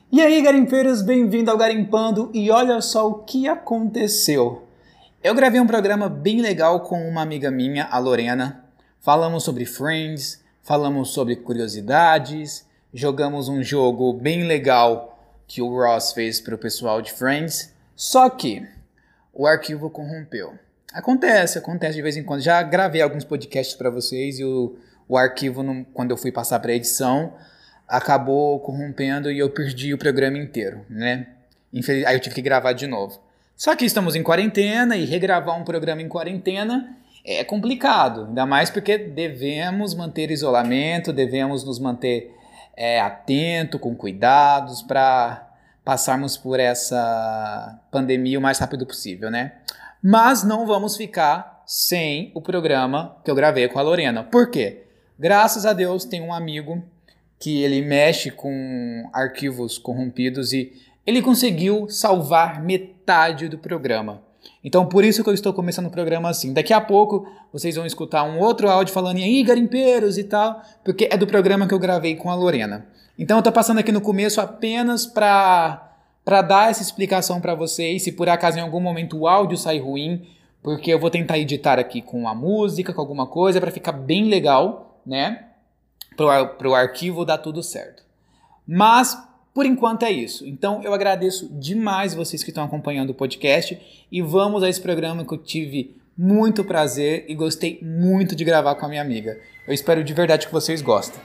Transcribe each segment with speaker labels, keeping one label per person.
Speaker 1: E aí, garimpeiros, bem-vindo ao Garimpando, e olha só o que aconteceu. Eu gravei um programa bem legal com uma amiga minha, a Lorena. Falamos sobre Friends, falamos sobre curiosidades, jogamos um jogo bem legal que o Ross fez para o pessoal de Friends. Só que o arquivo corrompeu. Acontece de vez em quando. Já gravei alguns podcasts para vocês e o arquivo, quando eu fui passar para edição, acabou corrompendo e eu perdi o programa inteiro, né? Aí eu tive que gravar de novo. Só que estamos em quarentena e regravar um programa em quarentena é complicado. Ainda mais porque devemos manter isolamento, devemos nos manter atento, com cuidados para passarmos por essa pandemia o mais rápido possível, né? Mas não vamos ficar sem o programa que eu gravei com a Lorena. Por quê? Graças a Deus tem um amigo que ele mexe com arquivos corrompidos e ele conseguiu salvar metade do programa. Então por isso que eu estou começando o programa assim. Daqui a pouco vocês vão escutar um outro áudio falando aí, garimpeiros e tal, porque é do programa que eu gravei com a Lorena. Então eu tô passando aqui no começo apenas para dar essa explicação para vocês, se por acaso em algum momento o áudio sair ruim, porque eu vou tentar editar aqui com a música, com alguma coisa, para ficar bem legal, né? Para o arquivo dar tudo certo. Mas, por enquanto é isso. Então, eu agradeço demais vocês que estão acompanhando o podcast e vamos a esse programa que eu tive muito prazer e gostei muito de gravar com a minha amiga. Eu espero de verdade que vocês gostem.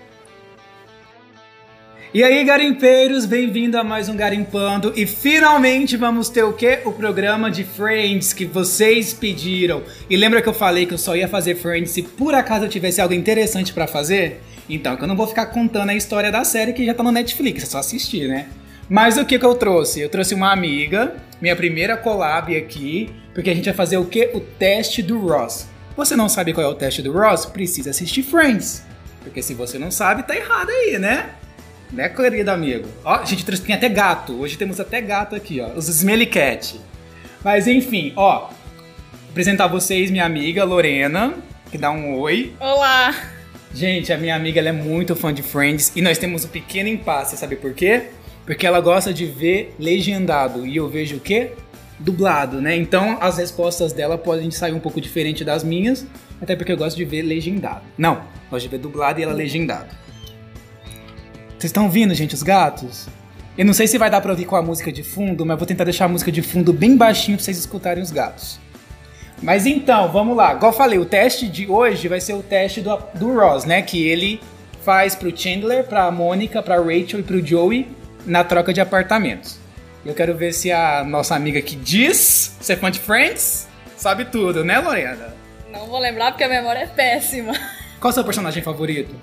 Speaker 1: E aí, garimpeiros, bem-vindo a mais um Garimpando e finalmente vamos ter o quê? O programa de Friends que vocês pediram. E lembra que eu falei que eu só ia fazer Friends se por acaso eu tivesse algo interessante pra fazer? Então, que eu não vou ficar contando a história da série que já tá no Netflix, é só assistir, né? Mas o que eu trouxe? Eu trouxe uma amiga, minha primeira collab aqui, porque a gente vai fazer o quê? O teste do Ross. Você não sabe qual é o teste do Ross? Precisa assistir Friends. Porque se você não sabe, tá errado aí, né? Né, querido amigo? Ó, a gente tem até gato. Hoje temos até gato aqui, ó. Os Smelly Cat. Mas enfim, ó. Apresentar a vocês minha amiga Lorena, que dá um oi.
Speaker 2: Olá!
Speaker 1: Gente, a minha amiga ela é muito fã de Friends e nós temos um pequeno impasse, sabe por quê? Porque ela gosta de ver legendado e eu vejo o quê? Dublado, né? Então as respostas dela podem sair um pouco diferente das minhas, até porque eu gosto de ver legendado. Não, gosto de ver dublado e ela legendado. Vocês estão ouvindo, gente, os gatos? Eu não sei se vai dar pra ouvir com a música de fundo, mas vou tentar deixar a música de fundo bem baixinho pra vocês escutarem os gatos. Mas então, vamos lá. Igual eu falei, o teste de hoje vai ser o teste do Ross, né? Que ele faz pro Chandler, pra Mônica, pra Rachel e pro Joey na troca de apartamentos. Eu quero ver se a nossa amiga que diz ser fã de Friends sabe tudo, né, Lorena?
Speaker 2: Não vou lembrar porque a memória é péssima.
Speaker 1: Qual é o seu personagem favorito?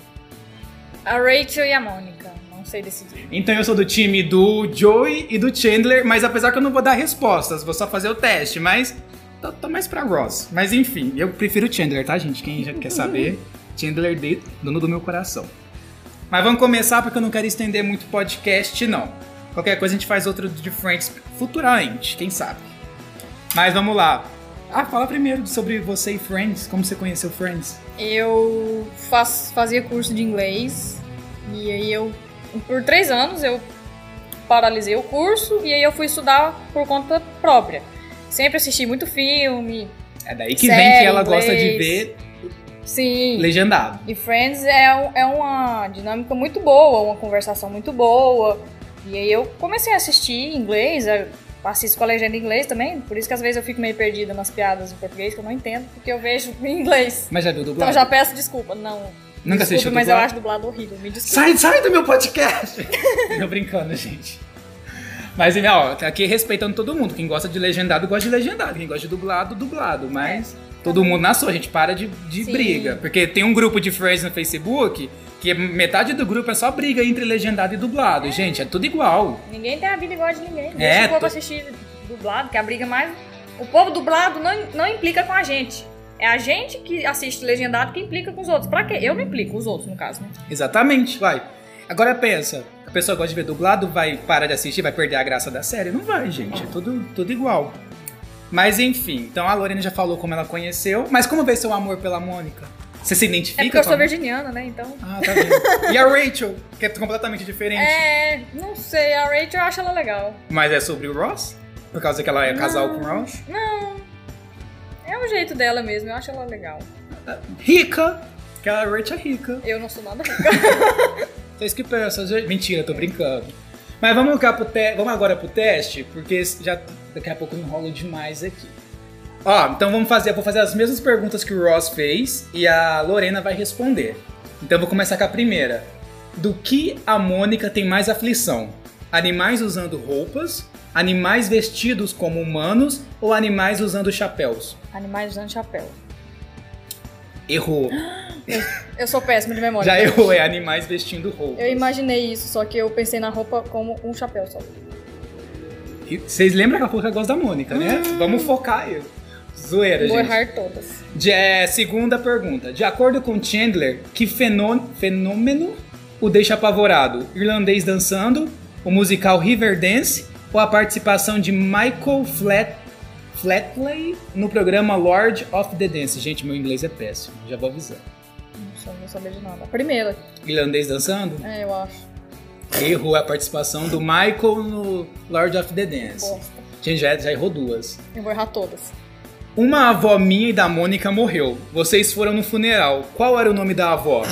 Speaker 2: A Rachel e a Mônica. Não sei decidir.
Speaker 1: Então eu sou do time do Joey e do Chandler, mas apesar que eu não vou dar respostas, vou só fazer o teste, mas tô mais pra Ross. Mas enfim, eu prefiro o Chandler, tá, gente? Quem já quer saber, Chandler, dono do meu coração. Mas vamos começar porque eu não quero estender muito o podcast, não. Qualquer coisa a gente faz outro de Friends futuramente, quem sabe. Mas vamos lá. Fala primeiro sobre você e Friends, como você conheceu Friends?
Speaker 2: Eu fazia curso de inglês e aí por 3 anos eu paralisei o curso e aí eu fui estudar por conta própria. Sempre assisti muito filme.
Speaker 1: É daí que vem que ela gosta de ver.
Speaker 2: Sim.
Speaker 1: Legendado.
Speaker 2: E Friends é uma dinâmica muito boa, uma conversação muito boa. E aí eu comecei a assistir em inglês, assisto com a legenda em inglês também, por isso que às vezes eu fico meio perdida nas piadas em português, que eu não entendo, porque eu vejo em inglês.
Speaker 1: Mas já viu dublado?
Speaker 2: Então já peço desculpa, não.
Speaker 1: Nunca assistiu dublado?
Speaker 2: Mas eu acho dublado horrível, me desculpa.
Speaker 1: Sai do meu podcast! Tô brincando, gente. Mas, ó, aqui respeitando todo mundo. Quem gosta de legendado, gosta de legendado. Quem gosta de dublado, dublado. Mas todo mundo na sua, a gente para de briga. Porque tem um grupo de Friends no Facebook que metade do grupo é só briga entre legendado e dublado. Gente, é tudo igual.
Speaker 2: Ninguém tem a vida igual a de ninguém. Deixa o povo assistir dublado, que a briga mais... O povo dublado não implica com a gente. É a gente que assiste legendado que implica com os outros. Pra quê? Eu não implico, os outros, no caso, né?
Speaker 1: Exatamente, vai. Agora pensa, a pessoa gosta de ver dublado, vai parar de assistir, vai perder a graça da série? Não vai, gente, é tudo igual. Mas enfim, então a Lorena já falou como ela conheceu, mas como veio seu amor pela Mônica? Você se identifica?
Speaker 2: É porque eu sou
Speaker 1: com a-
Speaker 2: virginiana, né? Então.
Speaker 1: Ah, tá vendo. E a Rachel, que é completamente diferente.
Speaker 2: Não sei, a Rachel eu acho ela legal.
Speaker 1: Mas é sobre o Ross? Por causa que ela é casal com o Ross?
Speaker 2: Não. É o jeito dela mesmo, eu acho ela legal.
Speaker 1: Rica! Que a Rachel é rica.
Speaker 2: Eu não sou nada rica.
Speaker 1: Vocês que pensam, gente. Mentira, tô brincando. Mas vamos agora pro teste, porque já daqui a pouco eu enrolo demais aqui. Ó, então vou fazer as mesmas perguntas que o Ross fez e a Lorena vai responder. Então eu vou começar com a primeira. Do que a Mônica tem mais aflição? Animais usando roupas, animais vestidos como humanos ou animais usando chapéus?
Speaker 2: Animais usando chapéu.
Speaker 1: Errou.
Speaker 2: Eu sou péssima de memória.
Speaker 1: Já errou, é animais vestindo roupas.
Speaker 2: Eu imaginei isso, só que eu pensei na roupa como um chapéu só.
Speaker 1: E vocês lembram que ela falou que gosta da Mônica, né? Vamos focar aí. Zoeira,
Speaker 2: Vou
Speaker 1: gente.
Speaker 2: errar todas.
Speaker 1: Segunda pergunta. De acordo com Chandler, que fenômeno o deixa apavorado? Irlandês dançando, o musical Riverdance ou a participação de Michael Flatley no programa Lord of the Dance? Gente, meu inglês é péssimo, já vou avisar.
Speaker 2: Não sabia de nada. A primeira.
Speaker 1: Irlandês dançando?
Speaker 2: É, eu acho.
Speaker 1: Errou a participação do Michael no Lord of the Dance.
Speaker 2: Bosta.
Speaker 1: Gente, já errou duas.
Speaker 2: Eu vou errar todas.
Speaker 1: Uma avó minha e da Mônica morreu. Vocês foram no funeral. Qual era o nome da avó?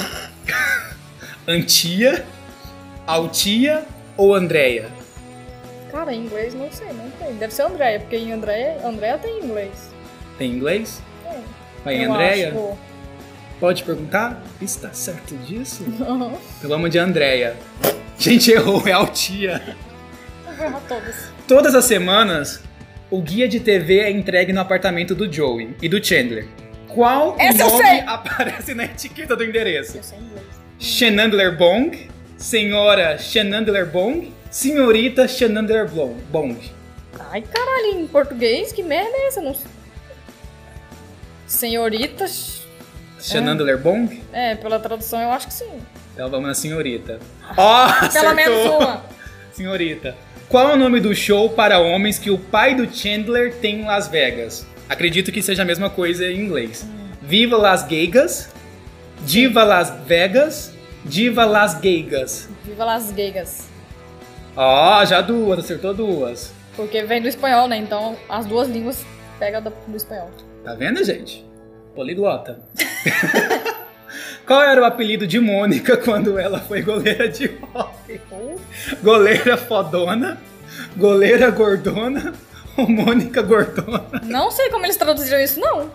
Speaker 1: Antia, Altia ou Andréia?
Speaker 2: Cara, em inglês não sei, não tem. Deve ser Andréia, porque em Andréia tem inglês.
Speaker 1: Tem inglês?
Speaker 2: Tem.
Speaker 1: Vai em
Speaker 2: Eu
Speaker 1: Andréia?
Speaker 2: acho, vou.
Speaker 1: Pode perguntar? Está certo disso?
Speaker 2: Uhum.
Speaker 1: Então vamos de Andréia. Gente, errou, é Altia.
Speaker 2: Eu vou errar todas.
Speaker 1: Todas as semanas, o guia de TV é entregue no apartamento do Joey e do Chandler. Qual
Speaker 2: Essa eu
Speaker 1: nome
Speaker 2: sei!
Speaker 1: aparece na etiqueta do endereço?
Speaker 2: Eu sei inglês.
Speaker 1: Shenandler Bong, Senhora Shenandler Bong, Senhorita Shenandler Bong.
Speaker 2: Ai, caralho, em português? Que merda é essa? Não... Senhoritas...
Speaker 1: Shenandler Bong?
Speaker 2: É, pela tradução eu acho que sim.
Speaker 1: Então vamos na senhorita. Ó,
Speaker 2: Pelo menos
Speaker 1: acertou!
Speaker 2: uma.
Speaker 1: Senhorita. Qual é o nome do show para homens que o pai do Chandler tem em Las Vegas? Acredito que seja a mesma coisa em inglês. Viva Las Vegas, Diva Las Vegas, Diva Las Vegas.
Speaker 2: Viva Las Vegas.
Speaker 1: Ó, já duas, acertou duas.
Speaker 2: Porque vem do espanhol, né? Então as duas línguas pegam do espanhol.
Speaker 1: Tá vendo, gente? Poliglota. Qual era o apelido de Mônica quando ela foi goleira de hóquei? Goleira fodona, goleira gordona ou Mônica gordona?
Speaker 2: Não sei como eles traduziram isso, não.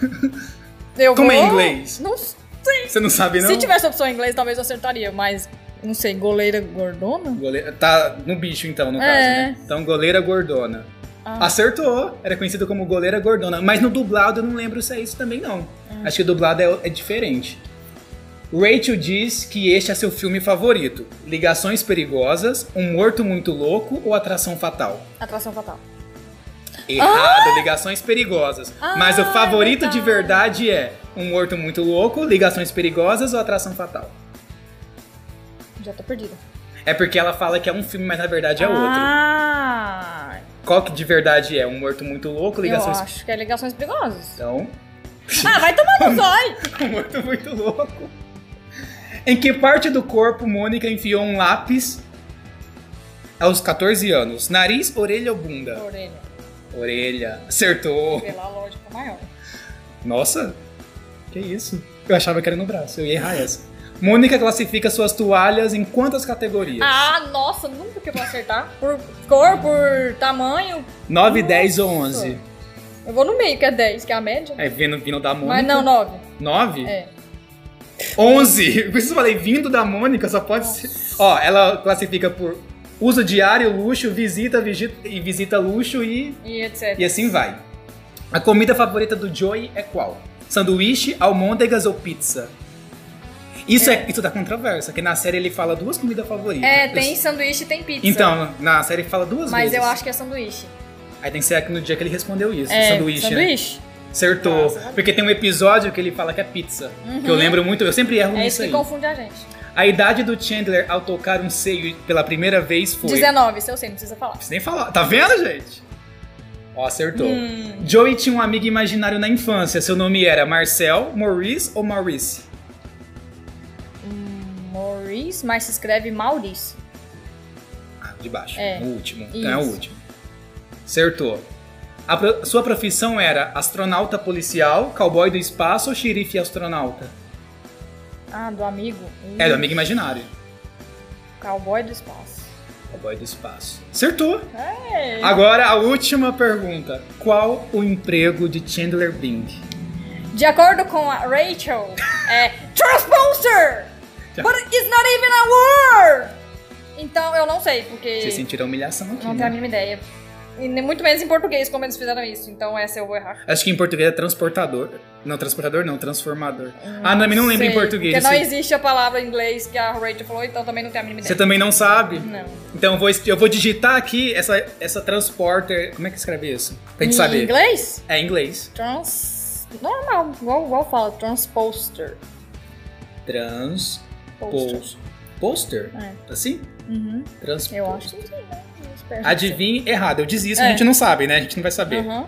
Speaker 1: Como é em inglês?
Speaker 2: Não sei.
Speaker 1: Você não sabe, não?
Speaker 2: Se tivesse opção em inglês, talvez eu acertaria, mas não sei, goleira gordona?
Speaker 1: Tá no bicho, então, no caso, né? Então, goleira gordona. Acertou! Era conhecido como goleira gordona. Mas no dublado eu não lembro se é isso também, não. Acho que o dublado é diferente. Rachel diz que este é seu filme favorito. Ligações Perigosas, Um Morto Muito Louco ou Atração Fatal?
Speaker 2: Atração Fatal.
Speaker 1: Errado, Ligações Perigosas. Mas o favorito de verdade é Um Morto Muito Louco, Ligações Perigosas ou Atração Fatal?
Speaker 2: Já tô perdida.
Speaker 1: É porque ela fala que é um filme, mas na verdade é outro.
Speaker 2: Ah!
Speaker 1: Qual que de verdade é? Um Morto Muito Louco, Ligações...
Speaker 2: Eu acho que é Ligações Perigosas.
Speaker 1: Então...
Speaker 2: Ah, vai tomar no zóio!
Speaker 1: Um Morto Muito Louco. Em que parte do corpo Mônica enfiou um lápis aos 14 anos? Nariz, orelha ou bunda?
Speaker 2: Orelha.
Speaker 1: Orelha. Acertou.
Speaker 2: Pela lógica maior.
Speaker 1: Nossa, que isso? Eu achava que era no braço, eu ia errar essa. Mônica classifica suas toalhas em quantas categorias?
Speaker 2: Ah, nossa, nunca que eu vou acertar. Por cor, por tamanho.
Speaker 1: 9, 10 ou 11?
Speaker 2: Eu vou no meio, que é 10, que é a média.
Speaker 1: É, vindo da Mônica.
Speaker 2: Mas não, 9.
Speaker 1: 9?
Speaker 2: É.
Speaker 1: 11! Por isso eu falei, vindo da Mônica, só pode ser... Ó, ela classifica por uso diário, luxo, visita luxo e
Speaker 2: etc.
Speaker 1: E assim vai. A comida favorita do Joey é qual? Sanduíche, almôndegas ou pizza? Isso dá controvérsia, porque na série ele fala duas comidas favoritas.
Speaker 2: É, tem sanduíche e tem pizza.
Speaker 1: Então, na série ele fala duas
Speaker 2: Mas
Speaker 1: vezes.
Speaker 2: eu acho que é sanduíche.
Speaker 1: Aí tem que ser aqui no dia que ele respondeu isso.
Speaker 2: É,
Speaker 1: Sanduíche, né?
Speaker 2: sanduíche.
Speaker 1: Acertou.
Speaker 2: Nossa,
Speaker 1: porque tem um episódio que ele fala que é pizza. Que eu lembro muito, eu sempre erro
Speaker 2: É
Speaker 1: nisso
Speaker 2: isso que
Speaker 1: aí.
Speaker 2: confunde a gente.
Speaker 1: A idade do Chandler ao tocar um seio pela primeira vez foi...
Speaker 2: 19, se eu sei, não precisa falar.
Speaker 1: Você nem falar. Tá vendo, gente? Ó, acertou. Joey tinha um amigo imaginário na infância. Seu nome era Marcel, Maurice ou Maurice?
Speaker 2: Maurice, mas se escreve Maurice.
Speaker 1: Ah, de baixo.
Speaker 2: É.
Speaker 1: O último.
Speaker 2: Isso.
Speaker 1: Então é o último. Acertou. Sua profissão era astronauta policial, cowboy do espaço ou xerife astronauta?
Speaker 2: Ah, do amigo.
Speaker 1: É, do amigo imaginário.
Speaker 2: Cowboy do espaço.
Speaker 1: Cowboy do espaço. Acertou.
Speaker 2: É.
Speaker 1: Agora a última pergunta. Qual o emprego de Chandler Bing?
Speaker 2: De acordo com a Rachel, é Transposter! But it's not even a word! Então eu não sei, porque
Speaker 1: Vocês sentiram a humilhação aqui,
Speaker 2: não
Speaker 1: né?
Speaker 2: tenho a mínima ideia. E muito menos em português, como eles fizeram isso. Então essa eu vou errar.
Speaker 1: Acho que em português é transportador. Não, transportador não, transformador. Não lembro em português.
Speaker 2: Porque não
Speaker 1: Você-
Speaker 2: existe a palavra em inglês que a Rachel falou, então também não tenho a mínima
Speaker 1: Você
Speaker 2: ideia.
Speaker 1: também não sabe?
Speaker 2: Não.
Speaker 1: Então eu vou digitar aqui essa transporter. Como é que escreve isso? Pra gente
Speaker 2: Em
Speaker 1: saber.
Speaker 2: inglês?
Speaker 1: É em inglês.
Speaker 2: Normal, igual fala, Transposter.
Speaker 1: Poster?
Speaker 2: É.
Speaker 1: Assim?
Speaker 2: Uhum.
Speaker 1: Transposter.
Speaker 2: Eu acho que sim, né? Eu espero que
Speaker 1: Adivinhe errado. Eu desisto, a
Speaker 2: É.
Speaker 1: gente não sabe, né? A gente não vai
Speaker 2: sim.
Speaker 1: saber.
Speaker 2: Uhum.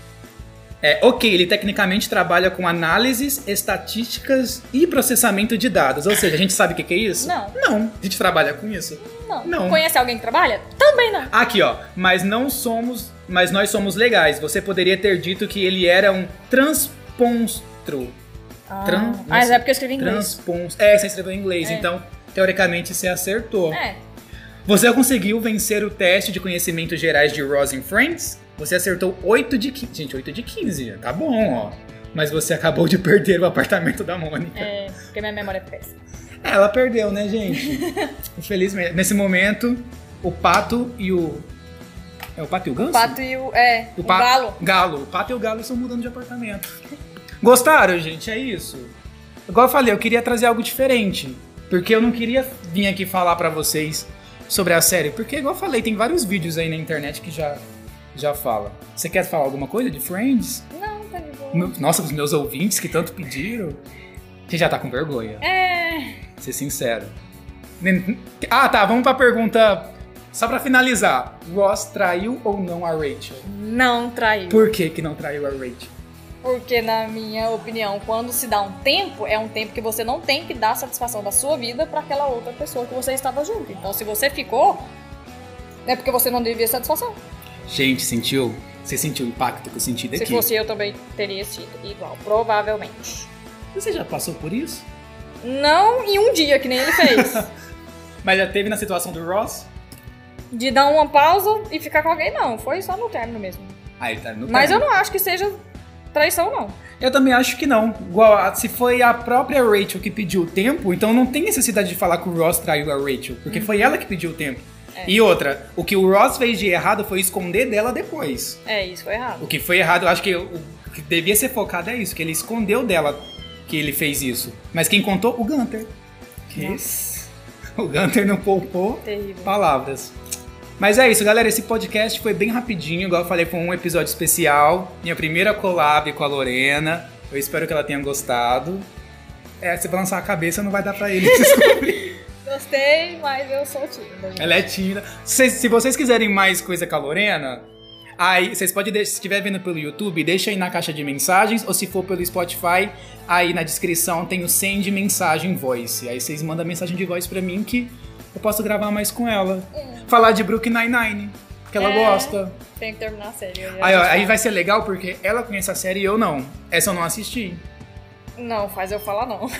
Speaker 1: Ok, ele tecnicamente trabalha com análises, estatísticas e processamento de dados. Ou seja, a gente sabe o que é isso?
Speaker 2: Não.
Speaker 1: Não. A gente trabalha com isso?
Speaker 2: Não.
Speaker 1: Não.
Speaker 2: Conhece alguém que trabalha? Também não.
Speaker 1: Aqui, ó. Mas nós somos legais. Você poderia ter dito que ele era um transponstro.
Speaker 2: Mas é porque eu escrevi em inglês.
Speaker 1: Você escreveu em inglês,
Speaker 2: É.
Speaker 1: então teoricamente você acertou.
Speaker 2: É.
Speaker 1: Você conseguiu vencer o teste de conhecimentos gerais de Ross and Friends? Você acertou 8 de 15. Gente, 8 de 15, tá bom, ó. Mas você acabou de perder o apartamento da Mônica.
Speaker 2: É, porque minha memória é péssima.
Speaker 1: Ela perdeu, né, gente? Infelizmente. Nesse momento, o pato e o... É o pato e o ganso?
Speaker 2: O pato e o galo.
Speaker 1: Galo. O pato e o galo estão mudando de apartamento. Gostaram, gente? É isso. Igual eu falei, eu queria trazer algo diferente. Porque eu não queria vir aqui falar pra vocês sobre a série. Porque, igual eu falei, tem vários vídeos aí na internet que já fala. Você quer falar alguma coisa de Friends?
Speaker 2: Não, tá de boa.
Speaker 1: Nossa, os meus ouvintes que tanto pediram. Você já tá com vergonha. Ser sincero. Ah, tá. Vamos pra pergunta. Só pra finalizar. Ross traiu ou não a Rachel?
Speaker 2: Não traiu.
Speaker 1: Por que não traiu a Rachel?
Speaker 2: Porque, na minha opinião, quando se dá um tempo, é um tempo que você não tem que dar satisfação da sua vida pra aquela outra pessoa que você estava junto. Então, se você ficou, é porque você não devia satisfação.
Speaker 1: Gente, sentiu? Você sentiu o impacto que eu senti daqui?
Speaker 2: Se fosse eu, também teria sido igual, provavelmente.
Speaker 1: Você já passou por isso?
Speaker 2: Não em um dia, que nem ele fez.
Speaker 1: Mas já teve na situação do Ross?
Speaker 2: De dar uma pausa e ficar com alguém, não. Foi só no término mesmo.
Speaker 1: Ah, ele tá no
Speaker 2: Mas
Speaker 1: término.
Speaker 2: eu não acho que seja traição, não.
Speaker 1: Eu também acho que não. Igual, se foi a própria Rachel que pediu o tempo, então não tem necessidade de falar que o Ross traiu a Rachel, porque foi ela que pediu o tempo. E outra, o que o Ross fez de errado foi esconder dela depois.
Speaker 2: É, isso foi errado.
Speaker 1: O que foi errado, eu acho que o que devia ser focado é isso, que ele escondeu dela que ele fez isso. Mas quem contou? O Gunter. O Gunter não poupou
Speaker 2: Terrível.
Speaker 1: palavras. Mas é isso, galera. Esse podcast foi bem rapidinho. Igual eu falei, foi um episódio especial. Minha primeira collab com a Lorena. Eu espero que ela tenha gostado. Se balançar a cabeça, não vai dar pra ele descobrir.
Speaker 2: Gostei, mas eu sou tímida. gente.
Speaker 1: Ela é tímida. Se vocês quiserem mais coisa com a Lorena, aí vocês podem deixar, se estiver vendo pelo YouTube, deixa aí na caixa de mensagens, ou se for pelo Spotify, aí na descrição tem o send mensagem voice. Aí vocês mandam mensagem de voz pra mim que eu posso gravar mais com ela. Falar de Brooklyn Nine-Nine, que ela gosta.
Speaker 2: Tem que terminar a série.
Speaker 1: Aí vai ser legal porque ela conhece a série e eu não. Essa eu não assisti.
Speaker 2: Não, faz eu falar não.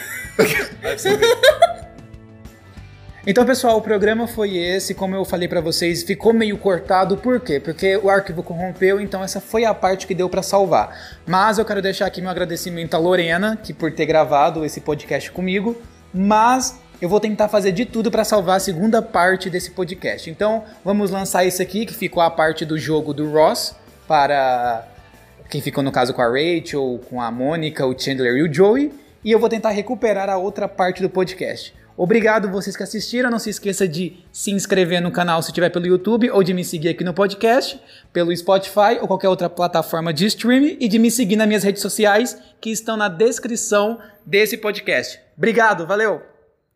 Speaker 1: Então, pessoal, o programa foi esse. Como eu falei pra vocês, ficou meio cortado. Por quê? Porque o arquivo corrompeu, então essa foi a parte que deu pra salvar. Mas eu quero deixar aqui meu agradecimento à Lorena, que por ter gravado esse podcast comigo. Mas eu vou tentar fazer de tudo pra salvar a segunda parte desse podcast. Então, vamos lançar esse aqui, que ficou a parte do jogo do Ross, para quem ficou no caso com a Rachel, com a Mônica, o Chandler e o Joey. E eu vou tentar recuperar a outra parte do podcast. Obrigado vocês que assistiram, não se esqueça de se inscrever no canal se estiver pelo YouTube ou de me seguir aqui no podcast, pelo Spotify ou qualquer outra plataforma de streaming e de me seguir nas minhas redes sociais que estão na descrição desse podcast. Obrigado, valeu!